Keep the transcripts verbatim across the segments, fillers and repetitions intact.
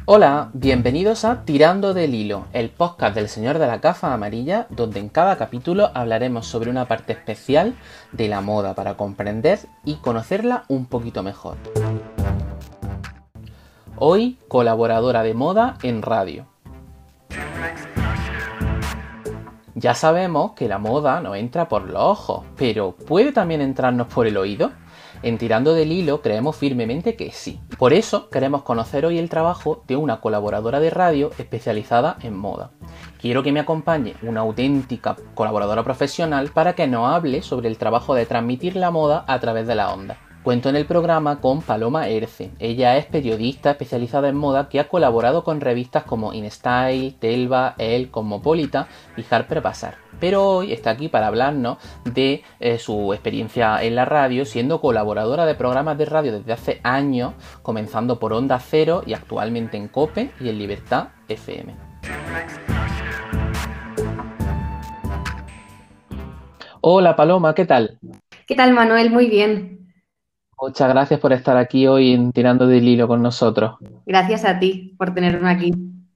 Hola, bienvenidos a Tirando del Hilo, el podcast del señor de la gafa amarilla, donde en cada capítulo hablaremos sobre una parte especial de la moda para comprender y conocerla un poquito mejor. Hoy, colaboradora de moda en radio. Ya sabemos que la moda no entra por los ojos, pero ¿puede también entrarnos por el oído? En Tirando del Hilo creemos firmemente que sí. Por eso queremos conocer hoy el trabajo de una colaboradora de radio especializada en moda. Quiero que me acompañe una auténtica colaboradora profesional para que nos hable sobre el trabajo de transmitir la moda a través de la onda. Cuento en el programa con Paloma Erce. Ella es periodista especializada en moda que ha colaborado con revistas como InStyle, Telva, Elle, Cosmopolitan y Harper Bazaar. Pero hoy está aquí para hablarnos de eh, su experiencia en la radio, siendo colaboradora de programas de radio desde hace años, comenzando por Onda Cero y actualmente en COPE y en Libertad F M. Hola Paloma, ¿qué tal? ¿Qué tal, Manuel? Muy bien. Muchas gracias por estar aquí hoy en Tirando del Hilo con nosotros. Gracias a ti por tenerme aquí.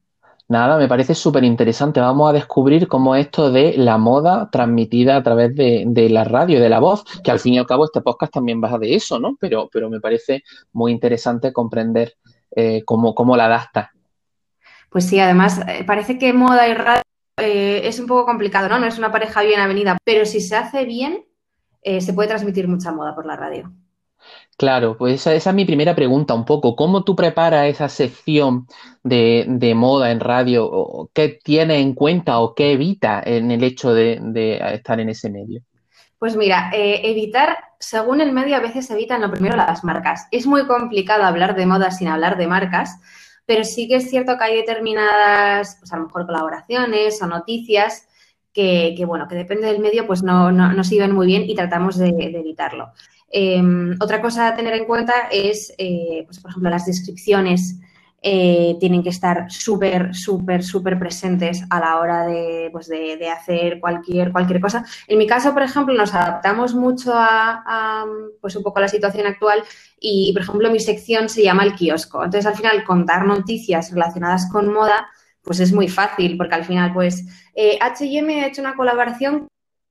Nada, me parece súper interesante. Vamos a descubrir cómo esto de la moda transmitida a través de, de la radio, de la voz, que al fin y al cabo este podcast también va de eso, ¿no? Pero, pero me parece muy interesante comprender eh, cómo, cómo la adapta. Pues sí, además eh, parece que moda y radio eh, es un poco complicado, ¿no? No es una pareja bien avenida, pero si se hace bien, eh, se puede transmitir mucha moda por la radio. Claro, pues esa, esa es mi primera pregunta un poco. ¿Cómo tú preparas esa sección de, de moda en radio? ¿O ¿Qué tienes en cuenta o qué evita en el hecho de, de estar en ese medio? Pues mira, eh, evitar, según el medio, a veces evitan lo primero las marcas. Es muy complicado hablar de moda sin hablar de marcas, pero sí que es cierto que hay determinadas, pues a lo mejor colaboraciones o noticias que, que bueno, que depende del medio, pues no, no, no siguen muy bien y tratamos de, de evitarlo. Eh, otra cosa a tener en cuenta es, eh, pues por ejemplo, las descripciones eh, tienen que estar súper, súper, súper presentes a la hora de, pues de, de hacer cualquier, cualquier cosa. En mi caso, por ejemplo, nos adaptamos mucho a, a pues un poco a la situación actual y, por ejemplo, mi sección se llama El Kiosco. Entonces, al final, contar noticias relacionadas con moda, pues es muy fácil, porque al final, pues, eh, H y M ha hecho una colaboración.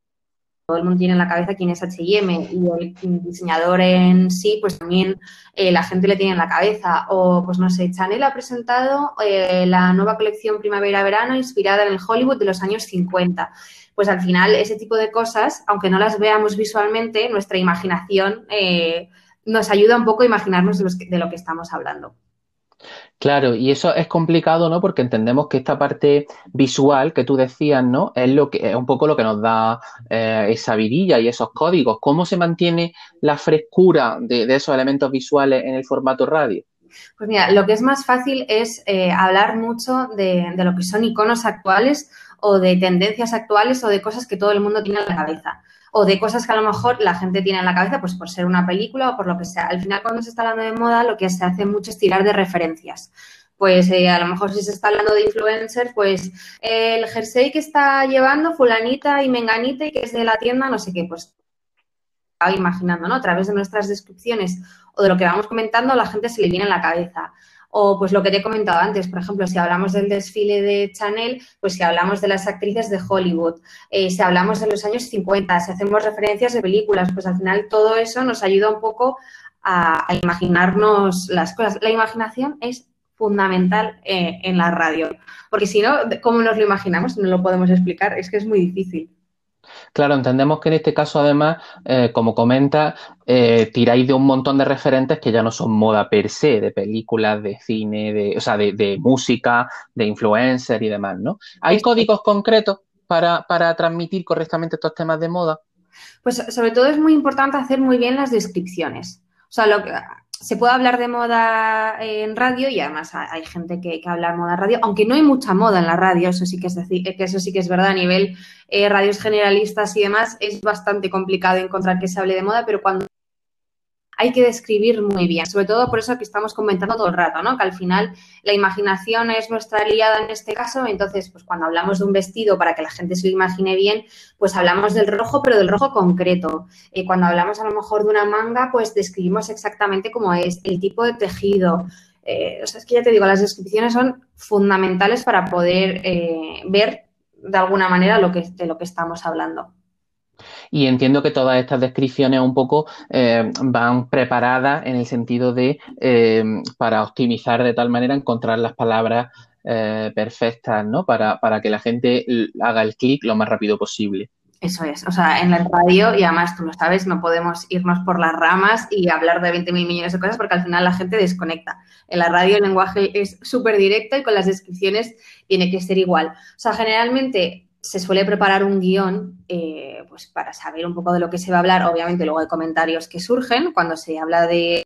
Todo el mundo tiene en la cabeza quién es H y M y el diseñador en sí, pues también eh, la gente le tiene en la cabeza. O, pues no sé, Chanel ha presentado eh, la nueva colección primavera-verano inspirada en el Hollywood de los años cincuenta. Pues al final ese tipo de cosas, aunque no las veamos visualmente, nuestra imaginación eh, nos ayuda un poco a imaginarnos de, los que, de lo que estamos hablando. Claro, y eso es complicado, ¿no? Porque entendemos que esta parte visual que tú decías, ¿no? Es lo que es un poco lo que nos da eh, esa vidilla y esos códigos. ¿Cómo se mantiene la frescura de, de esos elementos visuales en el formato radio? Pues mira, lo que es más fácil es eh, hablar mucho de, de lo que son iconos actuales o de tendencias actuales o de cosas que todo el mundo tiene en la cabeza o de cosas que a lo mejor la gente tiene en la cabeza pues por ser una película o por lo que sea. Al final, cuando se está hablando de moda, lo que se hace mucho es tirar de referencias. Pues eh, a lo mejor si se está hablando de influencers, pues eh, el jersey que está llevando fulanita y menganita y que es de la tienda no sé qué, pues imaginando, ¿no? A través de nuestras descripciones o de lo que vamos comentando, la gente se le viene en la cabeza. O pues lo que te he comentado antes, por ejemplo, si hablamos del desfile de Chanel, pues si hablamos de las actrices de Hollywood, eh, si hablamos de los años cincuenta, si hacemos referencias de películas, pues al final todo eso nos ayuda un poco a, a imaginarnos las cosas. La imaginación es fundamental eh, en la radio, porque si no, ¿cómo nos lo imaginamos? No lo podemos explicar, es que es muy difícil. Claro, entendemos que en este caso, además, eh, como comenta, eh, tiráis de un montón de referentes que ya no son moda per se, de películas, de cine, de, o sea, de, de música, de influencer y demás, ¿no? ¿Hay Esto. códigos concretos para, para transmitir correctamente estos temas de moda? Pues sobre todo es muy importante hacer muy bien las descripciones. O sea, lo que, se puede hablar de moda en radio y además hay gente que, que habla de moda en radio, aunque no hay mucha moda en la radio, eso sí que es decir, que eso sí que es verdad a nivel eh, radios generalistas y demás, es bastante complicado encontrar que se hable de moda, pero cuando hay que describir muy bien, sobre todo por eso que estamos comentando todo el rato, ¿no? Que al final la imaginación es nuestra aliada en este caso, entonces, pues cuando hablamos de un vestido para que la gente se lo imagine bien, pues hablamos del rojo, pero del rojo concreto. Eh, cuando hablamos a lo mejor de una manga, pues describimos exactamente cómo es, el tipo de tejido, Eh, o sea, es que ya te digo, las descripciones son fundamentales para poder eh, ver de alguna manera lo que, de lo que estamos hablando. Y entiendo que todas estas descripciones un poco eh, van preparadas en el sentido de eh, para optimizar de tal manera, encontrar las palabras eh, perfectas, ¿no? Para, para que la gente haga el clic lo más rápido posible. Eso es, o sea, en la radio, y además tú lo sabes, no podemos irnos por las ramas y hablar de veinte mil millones de cosas porque al final la gente desconecta. En la radio el lenguaje es súper directo y con las descripciones tiene que ser igual. O sea, generalmente se suele preparar un guión eh, pues para saber un poco de lo que se va a hablar. Obviamente luego hay comentarios que surgen cuando se habla de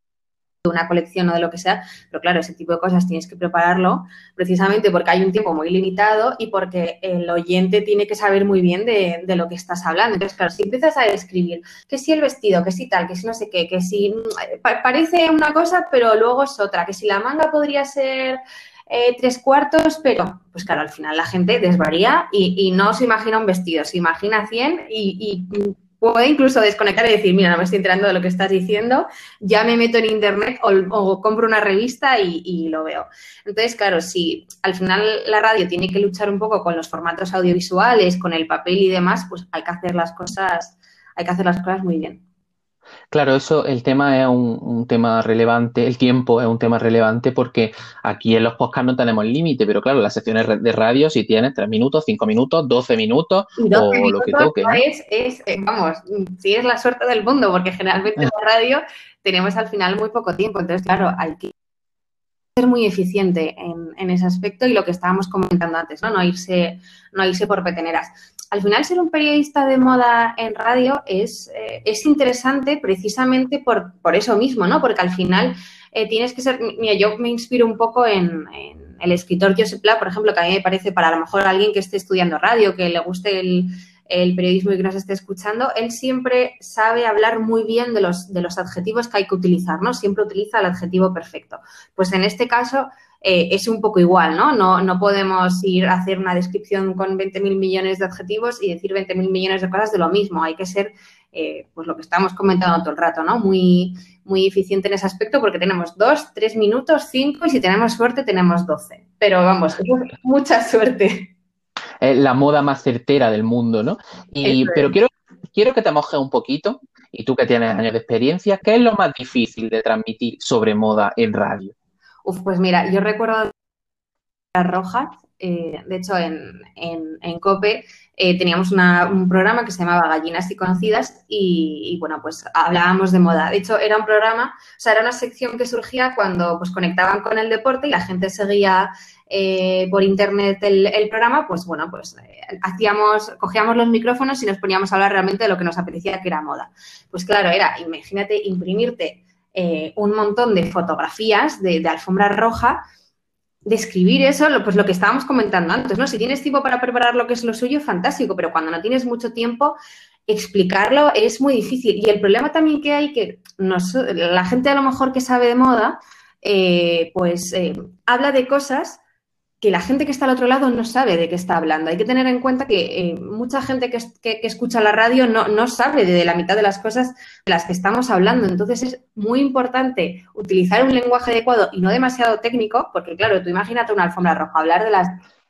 de una colección o de lo que sea, pero claro, ese tipo de cosas tienes que prepararlo precisamente porque hay un tiempo muy limitado y porque el oyente tiene que saber muy bien de, de lo que estás hablando. Entonces, claro, si empiezas a describir que si el vestido, que si tal, que si no sé qué, que si pa parece una cosa, pero luego es otra, que si la manga podría ser eh, tres cuartos, pero pues claro, al final la gente desvaría y, y no se imagina un vestido, se imagina cien y, y puede incluso desconectar y decir, mira, no me estoy enterando de lo que estás diciendo, ya me meto en internet o, o compro una revista y, y lo veo. Entonces, claro, si al final la radio tiene que luchar un poco con los formatos audiovisuales, con el papel y demás, pues hay que hacer las cosas, hay que hacer las cosas muy bien. Claro, eso, el tema es un, un tema relevante, el tiempo es un tema relevante porque aquí en los podcasts no tenemos límite, pero claro, las secciones de radio si tienes tres minutos, cinco minutos, doce minutos Y doce o lo que minutos toque, ¿no? es, es, eh, vamos, si es la suerte del mundo, porque generalmente en la radio tenemos al final muy poco tiempo, entonces claro, hay que ser muy eficiente en, en ese aspecto y lo que estábamos comentando antes, ¿no? No irse, no irse por peteneras. Al final, ser un periodista de moda en radio es, eh, es interesante precisamente por, por eso mismo, ¿no? Porque al final eh, tienes que ser... Mira, yo me inspiro un poco en, en el escritor Josep Pla, por ejemplo, que a mí me parece para a lo mejor alguien que esté estudiando radio, que le guste el, el periodismo y que nos esté escuchando, él siempre sabe hablar muy bien de los, de los adjetivos que hay que utilizar, ¿no? Siempre utiliza el adjetivo perfecto. Pues en este caso... Eh, es un poco igual, ¿no? ¿no? No podemos ir a hacer una descripción con veinte mil millones de adjetivos y decir veinte mil millones de cosas de lo mismo. Hay que ser, eh, pues lo que estamos comentando todo el rato, ¿no? Muy, muy eficiente en ese aspecto porque tenemos dos, tres minutos, cinco y si tenemos suerte tenemos doce. Pero vamos, mucha suerte. Es la moda más certera del mundo, ¿no? Y, Eso pero es. quiero, quiero que te mojes un poquito, y tú que tienes años de experiencia, ¿qué es lo más difícil de transmitir sobre moda en radio? Uf, pues mira, yo recuerdo las rojas, eh, de hecho en, en, en COPE eh, teníamos una, un programa que se llamaba Gallinas y Conocidas y, y, bueno, pues hablábamos de moda. De hecho, era un programa, o sea, era una sección que surgía cuando pues conectaban con el deporte y la gente seguía eh, por internet el, el programa, pues bueno, pues eh, hacíamos, cogíamos los micrófonos y nos poníamos a hablar realmente de lo que nos apetecía que era moda. Pues claro, era, imagínate, imprimirte eh, un montón de fotografías de, de alfombra roja, describir eso, pues lo que estábamos comentando antes, ¿no? Si tienes tiempo para preparar lo que es lo suyo, fantástico, pero cuando no tienes mucho tiempo, explicarlo es muy difícil. Y el problema también que hay, que nos, la gente a lo mejor que sabe de moda, eh, pues eh, habla de cosas que la gente que está al otro lado no sabe de qué está hablando. Hay que tener en cuenta que eh, mucha gente que, que, que escucha la radio no, no sabe de la mitad de las cosas de las que estamos hablando. Entonces, es muy importante utilizar un lenguaje adecuado y no demasiado técnico, porque, claro, tú imagínate una alfombra roja, hablar de las...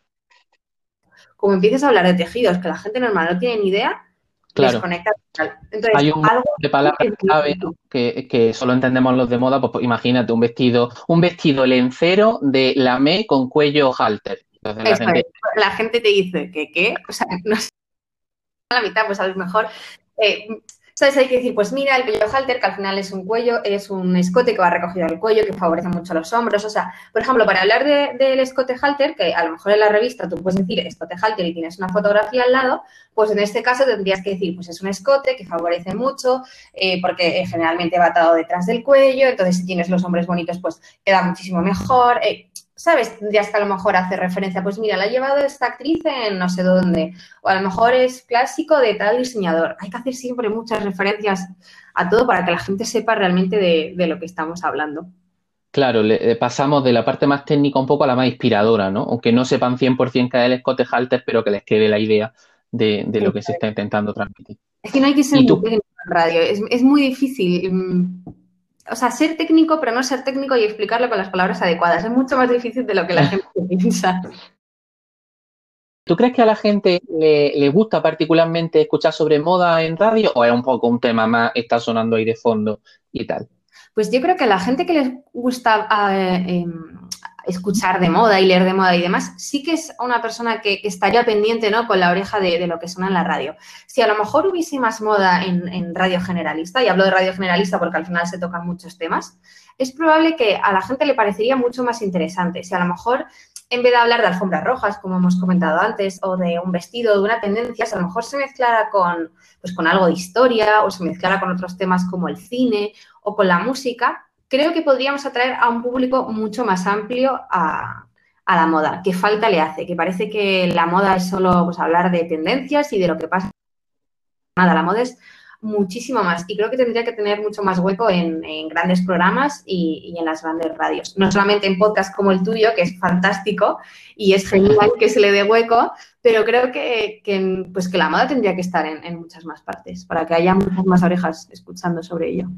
Como empieces a hablar de tejidos que la gente normal no tiene ni idea, Claro, desconecta total. Entonces, hay un algo montón de palabras es muy clave, ¿no? difícil. que, que solo entendemos los de moda, pues, pues imagínate un vestido, un vestido lencero de lamé con cuello halter. Entonces la Eso gente, es. La gente te dice que, ¿qué? O sea, no sé, a la mitad, pues a lo mejor... Eh, ¿Sabes? Hay que decir, pues mira, el cuello halter, que al final es un cuello, es un escote que va recogido al cuello, que favorece mucho los hombros. O sea, por ejemplo, para hablar de, del escote halter, que a lo mejor en la revista tú puedes decir escote halter y tienes una fotografía al lado, pues en este caso tendrías que decir, pues es un escote que favorece mucho, eh, porque generalmente va atado detrás del cuello, entonces si tienes los hombros bonitos, pues queda muchísimo mejor. Eh, ¿Sabes? Tendrías que a lo mejor hacer referencia, pues mira, la ha llevado esta actriz en no sé dónde, o a lo mejor es clásico de tal diseñador. Hay que hacer siempre muchas referencias a todo para que la gente sepa realmente de, de lo que estamos hablando. claro, le, le pasamos de la parte más técnica un poco a la más inspiradora, ¿no? Aunque no sepan cien por ciento qué es el escote halter, pero que les quede la idea de, de lo que se está intentando transmitir. Es que no hay que ser Y muy tú, técnico en radio, es, es muy difícil. o sea, ser técnico, pero no ser técnico y explicarlo con las palabras adecuadas. Es mucho más difícil de lo que la gente piensa. ¿Tú crees que a la gente le, le gusta particularmente escuchar sobre moda en radio o es un poco un tema más, está sonando ahí de fondo y tal? Pues yo creo que a la gente que les gusta eh, eh, escuchar de moda y leer de moda y demás, sí que es una persona que, que estaría pendiente, ¿no?, con la oreja de, de lo que suena en la radio. Si a lo mejor hubiese más moda en, en radio generalista, y hablo de radio generalista porque al final se tocan muchos temas, es probable que a la gente le parecería mucho más interesante. Si a lo mejor, en vez de hablar de alfombras rojas, como hemos comentado antes, o de un vestido, de una tendencia, si a lo mejor se mezclara con, pues, con algo de historia o se mezclara con otros temas como el cine o con la música, creo que podríamos atraer a un público mucho más amplio a, a la moda, que falta le hace, que parece que la moda es solo, pues, hablar de tendencias y de lo que pasa. Nada, la moda es muchísimo más y creo que tendría que tener mucho más hueco en, en grandes programas y, y en las grandes radios. No solamente en podcasts como el tuyo, que es fantástico y es genial que se le dé hueco, pero creo que, que, pues que la moda tendría que estar en, en muchas más partes para que haya muchas más orejas escuchando sobre ello.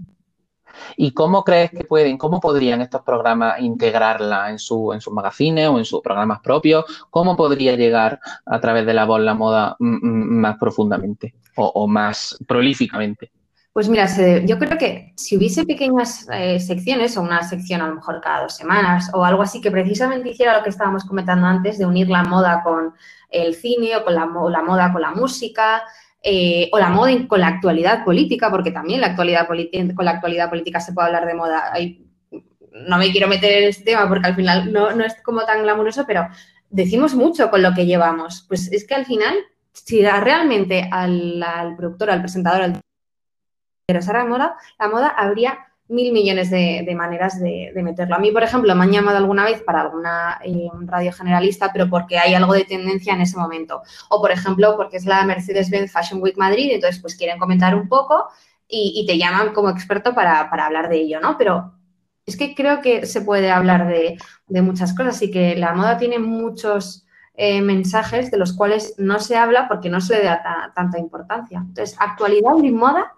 ¿Y cómo crees que pueden, cómo podrían estos programas integrarla en su, en sus magazines o en sus programas propios? ¿Cómo podría llegar a través de la voz la moda más profundamente o, o más prolíficamente? Pues mira, se, yo creo que si hubiese pequeñas eh, secciones o una sección a lo mejor cada dos semanas o algo así que precisamente hiciera lo que estábamos comentando antes de unir la moda con el cine o con la, la moda con la música eh, o la moda con la actualidad política, porque también la actualidad con la actualidad política se puede hablar de moda. Hay, no me quiero meter en este tema porque al final no, no es como tan glamuroso, pero decimos mucho con lo que llevamos. Pues es que al final, si realmente al, al productor, al presentador, al interesar la moda, la moda habría mil millones de, de maneras de, de meterlo. A mí, por ejemplo, me han llamado alguna vez para alguna eh, radio generalista, pero porque hay algo de tendencia en ese momento. O, por ejemplo, porque es la Mercedes-Benz Fashion Week Madrid, entonces pues quieren comentar un poco y, y te llaman como experto para, para hablar de ello, ¿no? Pero es que creo que se puede hablar de, de muchas cosas y que la moda tiene muchos eh, mensajes de los cuales no se habla porque no se le da ta, tanta importancia. Entonces, actualidad y moda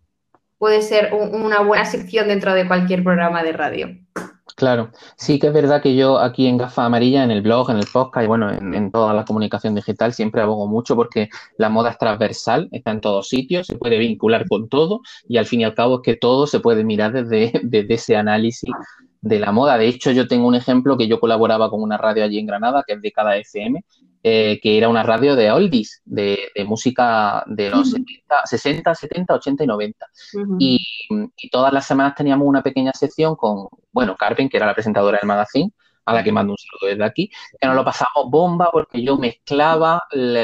puede ser un, una buena sección dentro de cualquier programa de radio. Claro, sí que es verdad que yo aquí en Gafas Amarillas, en el blog, en el podcast y bueno, en, en toda la comunicación digital siempre abogo mucho porque la moda es transversal, está en todos sitios, se puede vincular con todo y al fin y al cabo es que todo se puede mirar desde, desde ese análisis de la moda. De hecho, yo tengo un ejemplo que yo colaboraba con una radio allí en Granada, que es de Cada F M, eh, que era una radio de oldies, de, de música de los uh-huh. sesenta, setenta, ochenta y noventa. Uh-huh. Y, y todas las semanas teníamos una pequeña sección con, bueno, Carmen, que era la presentadora del magazine, a la que mando un saludo desde aquí, que nos lo pasamos bomba porque yo mezclaba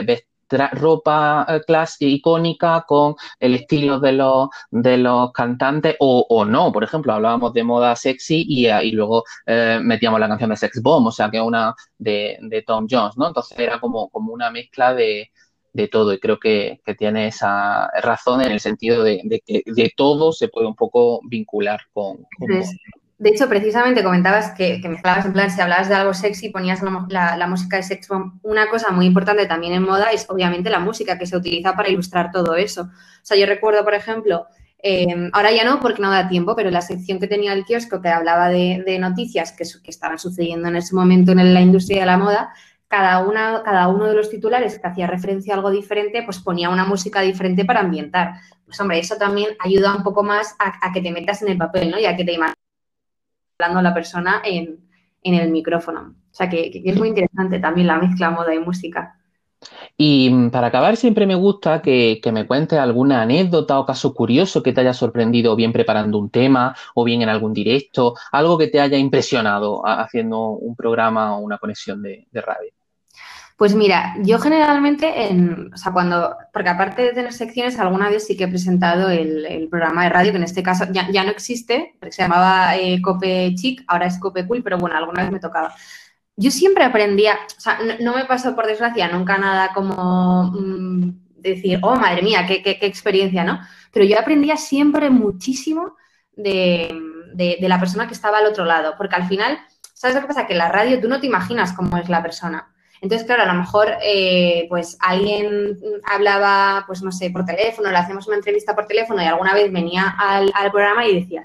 ropa clase icónica con el estilo de los, de los cantantes o, o no. Por ejemplo, hablábamos de moda sexy y, y luego eh, metíamos la canción de Sex Bomb, o sea, que es una de, de Tom Jones, ¿no? Entonces era como, como una mezcla de, de todo y creo que, que tiene esa razón en el sentido de, de que de todo se puede un poco vincular con... con sí. De hecho, precisamente comentabas que, que mezclabas, en plan, si hablabas de algo sexy, ponías la, la, la música de Sex Bomb. Una cosa muy importante también en moda es, obviamente, la música que se utiliza para ilustrar todo eso. O sea, yo recuerdo, por ejemplo, eh, ahora ya no porque no da tiempo, pero la sección que tenía el kiosco que hablaba de, de noticias que, que estaban sucediendo en ese momento en la industria de la moda, cada, una, cada uno de los titulares que hacía referencia a algo diferente, pues ponía una música diferente para ambientar. Pues, hombre, eso también ayuda un poco más a, a que te metas en el papel, ¿no? Y a que te imaginas hablando la persona en, en el micrófono. O sea, que, que es muy interesante también la mezcla moda y música. Y para acabar, siempre me gusta que, que me cuentes alguna anécdota o caso curioso que te haya sorprendido bien preparando un tema o bien en algún directo, algo que te haya impresionado haciendo un programa o una conexión de, de radio. Pues mira, yo generalmente, en, o sea, cuando, porque aparte de tener secciones, alguna vez sí que he presentado el, el programa de radio, que en este caso ya, ya no existe, porque se llamaba eh, Cope Chic, ahora es Cope Cool, pero bueno, alguna vez me tocaba. Yo siempre aprendía, o sea, no, no me pasó por desgracia nunca nada como mmm, decir, oh, madre mía, qué, qué, qué experiencia, ¿no? Pero yo aprendía siempre muchísimo de, de, de la persona que estaba al otro lado, porque al final, ¿sabes lo que pasa? Que en la radio tú no te imaginas cómo es la persona. Entonces, claro, a lo mejor, eh, pues, alguien hablaba, pues, no sé, por teléfono, le hacemos una entrevista por teléfono y alguna vez venía al, al programa y decías,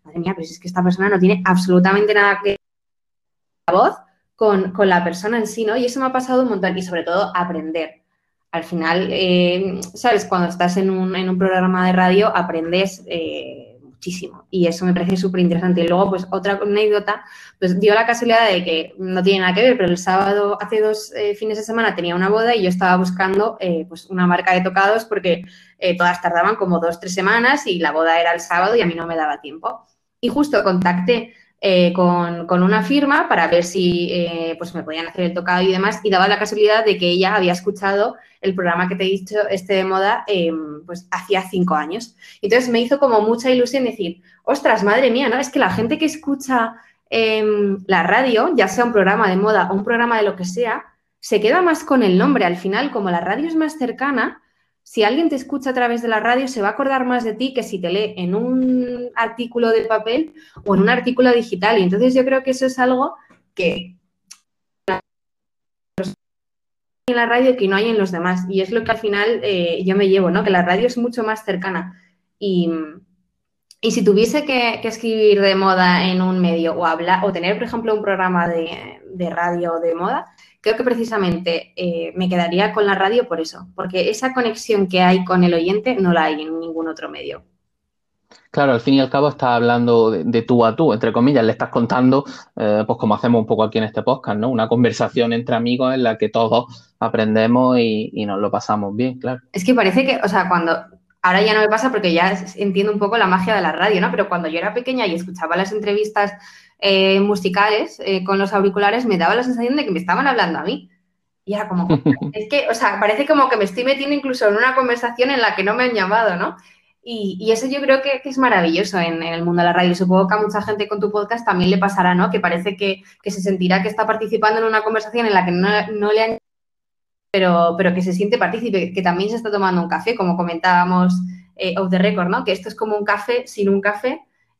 madre mía, pero si es que esta persona no tiene absolutamente nada que ver con la voz con, con la persona en sí, ¿no? Y eso me ha pasado un montón y sobre todo aprender. Al final, eh, ¿sabes? Cuando estás en un, en un programa de radio aprendes eh, muchísimo y eso me parece súper interesante. Y luego, pues otra anécdota, pues dio la casualidad de que no tiene nada que ver, pero el sábado, hace dos eh, fines de semana tenía una boda y yo estaba buscando eh, pues una marca de tocados porque eh, todas tardaban como dos, tres semanas y la boda era el sábado y a mí no me daba tiempo. Y justo contacté Eh, con, con una firma para ver si eh, pues me podían hacer el tocado y demás, y daba la casualidad de que ella había escuchado el programa que te he dicho, este de moda, eh, pues hacía cinco años. Entonces me hizo como mucha ilusión decir, ostras, madre mía, ¿no? Es que la gente que escucha eh, la radio, ya sea un programa de moda o un programa de lo que sea, se queda más con el nombre. Al final, como la radio es más cercana, si alguien te escucha a través de la radio, se va a acordar más de ti que si te lee en un artículo de papel o en un artículo digital. Y entonces yo creo que eso es algo que en la radio que no hay en los demás. Y es lo que al final eh, yo me llevo, ¿no? Que la radio es mucho más cercana. Y, y si tuviese que, que escribir de moda en un medio o hablar o tener, por ejemplo, un programa de, de radio de moda, creo que precisamente eh, me quedaría con la radio por eso, porque esa conexión que hay con el oyente no la hay en ningún otro medio. Claro, al fin y al cabo estás hablando de, de tú a tú, entre comillas, le estás contando, eh, pues como hacemos un poco aquí en este podcast, ¿no? Una conversación entre amigos en la que todos aprendemos y, y nos lo pasamos bien, claro. Es que parece que, o sea, cuando, ahora ya no me pasa porque ya entiendo un poco la magia de la radio, ¿no? Pero cuando yo era pequeña y escuchaba las entrevistas eh, musicales eh, con los auriculares, me daba la sensación de que me estaban hablando a mí. Y era como, es que, o sea, parece como que me estoy metiendo incluso en una conversación en la que no me han llamado, ¿no? Y, y eso yo creo que, que es maravilloso en, en, el mundo de la radio. Supongo que a mucha gente con tu podcast también le pasará, ¿no? Que parece que, que se sentirá que está participando en una conversación en la que no, no le han... Pero, pero que se siente partícipe, que también se está tomando un café, como comentábamos eh, off the record, ¿no? Que esto es como un café sin un café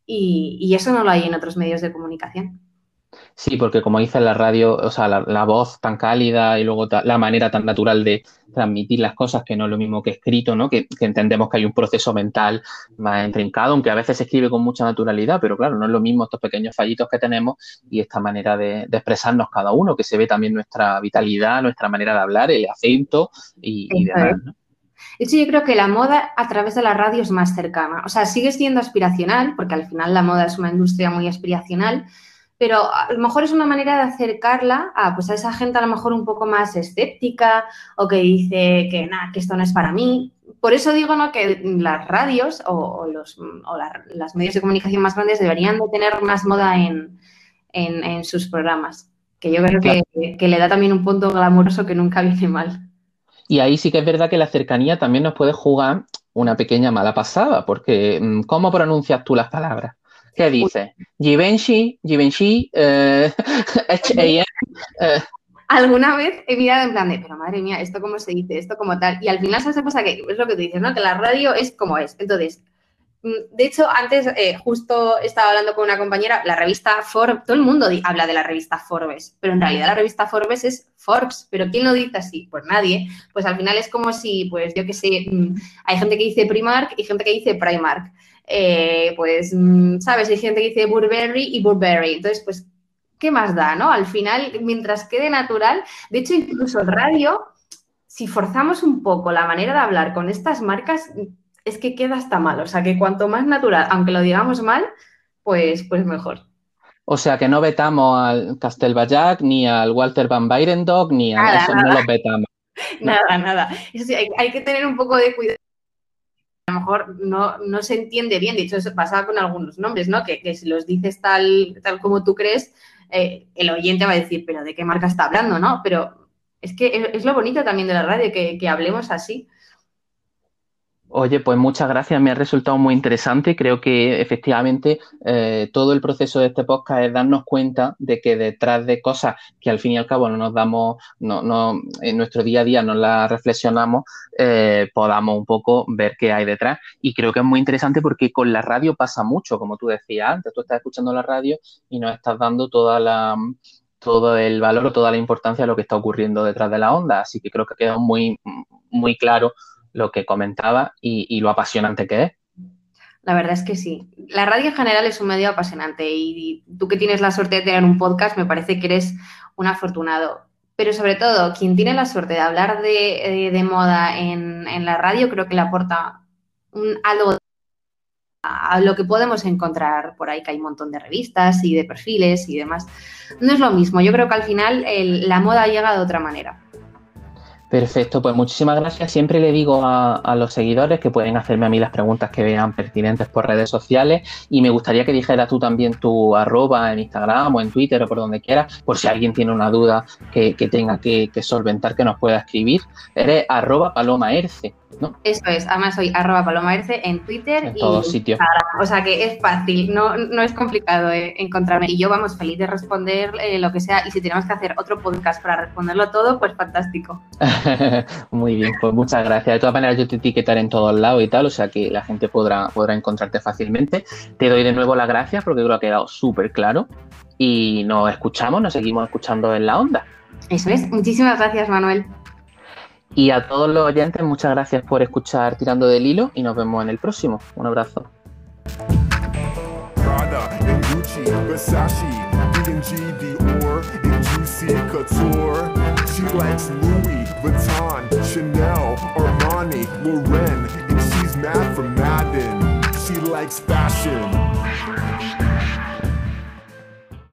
y, y eso no lo hay en otros medios de comunicación. Sí, porque como dices, la radio, o sea, la, la voz tan cálida y luego ta, la manera tan natural de transmitir las cosas, que no es lo mismo que escrito, ¿no? Que, que entendemos que hay un proceso mental más intrincado, aunque a veces se escribe con mucha naturalidad, pero claro, no es lo mismo estos pequeños fallitos que tenemos y esta manera de, de expresarnos cada uno, que se ve también nuestra vitalidad, nuestra manera de hablar, el acento y, y demás, ¿no? De hecho, yo creo que la moda a través de la radio es más cercana. O sea, sigue siendo aspiracional, porque al final la moda es una industria muy aspiracional, pero a lo mejor es una manera de acercarla a, pues, a esa gente a lo mejor un poco más escéptica o que dice que nada, que esto no es para mí. Por eso digo, ¿no?, que las radios o, o los o la, las medios de comunicación más grandes deberían de tener más moda en, en, en sus programas, que yo creo Claro. que, que le da también un punto glamuroso que nunca viene mal. Y ahí sí que es verdad que la cercanía también nos puede jugar una pequeña mala pasada, porque ¿cómo pronuncias tú las palabras? ¿Qué dices? Givenchy, Givenchy, eh, H and M. Eh. Alguna vez he mirado en plan de, pero madre mía, ¿esto cómo se dice? ¿Esto como tal? Y al final, ¿sabes qué pasa? Que es lo que tú dices, ¿no? Que la radio es como es. Entonces, de hecho, antes eh, justo estaba hablando con una compañera, la revista Forbes, todo el mundo habla de la revista Forbes, pero en realidad la revista Forbes es Forbes, pero ¿quién lo dice así? Pues nadie. Pues al final es como si, pues yo qué sé, hay gente que dice Primark y gente que dice Primark. Eh, pues, ¿sabes? Hay gente que dice Burberry y Burberry. Entonces, pues, ¿qué más da, no? Al final, mientras quede natural, de hecho, incluso el radio, si forzamos un poco la manera de hablar con estas marcas, es que queda hasta mal. O sea, que cuanto más natural, aunque lo digamos mal, pues, pues mejor. O sea, que no vetamos al Castelbajac, ni al Walter Van Beirendorf, ni a nada, eso, nada. no los vetamos. No. Nada, nada. Eso sí, hay, hay que tener un poco de cuidado. A lo mejor no, no se entiende bien, de hecho eso pasa con algunos nombres, ¿no? Que, que si los dices tal, tal como tú crees, eh, el oyente va a decir, pero ¿de qué marca está hablando, no? Pero es que es, es lo bonito también de la radio, que, que hablemos así. Oye, pues muchas gracias, me ha resultado muy interesante. Creo que efectivamente eh, todo el proceso de este podcast es darnos cuenta de que detrás de cosas que al fin y al cabo no nos damos, no, no, en nuestro día a día no las reflexionamos, eh, podamos un poco ver qué hay detrás. Y creo que es muy interesante porque con la radio pasa mucho, como tú decías antes, tú estás escuchando la radio y nos estás dando toda la... todo el valor o toda la importancia de lo que está ocurriendo detrás de la onda. Así que creo que queda muy, muy claro lo que comentaba y, y lo apasionante que es. La verdad es que sí. La radio en general es un medio apasionante y tú que tienes la suerte de tener un podcast me parece que eres un afortunado. Pero sobre todo, quien tiene la suerte de hablar de, de moda en, en la radio creo que le aporta un, algo a lo que podemos encontrar por ahí, que hay un montón de revistas y de perfiles y demás. No es lo mismo. Yo creo que al final el, la moda llega de otra manera. Perfecto, pues muchísimas gracias. Siempre le digo a, a los seguidores que pueden hacerme a mí las preguntas que vean pertinentes por redes sociales y me gustaría que dijeras tú también tu arroba en Instagram o en Twitter o por donde quieras, por si alguien tiene una duda que, que tenga que, que solventar, que nos pueda escribir. Eres arroba Paloma Erce, ¿no? Eso es, además soy arroba Paloma Erce en Twitter en y todos sitios. Instagram, o sea que es fácil, no, no es complicado eh, encontrarme y yo vamos feliz de responder eh, lo que sea y si tenemos que hacer otro podcast para responderlo todo, pues fantástico. Muy bien, pues muchas gracias. De todas maneras yo te etiquetaré en todos lados y tal, o sea que la gente podrá, podrá encontrarte fácilmente. Te doy de nuevo las gracias porque creo que ha quedado súper claro y nos escuchamos, nos seguimos escuchando en la onda. Eso es, muchísimas gracias Manuel. Y a todos los oyentes, muchas gracias por escuchar Tirando del Hilo y nos vemos en el próximo. Un abrazo. Prada and Gucci, Versace, D and G, Dior, and Juicy Couture. She likes Louis Vuitton, Chanel, Armani, Lauren, and she's mad for Madden. She likes fashion.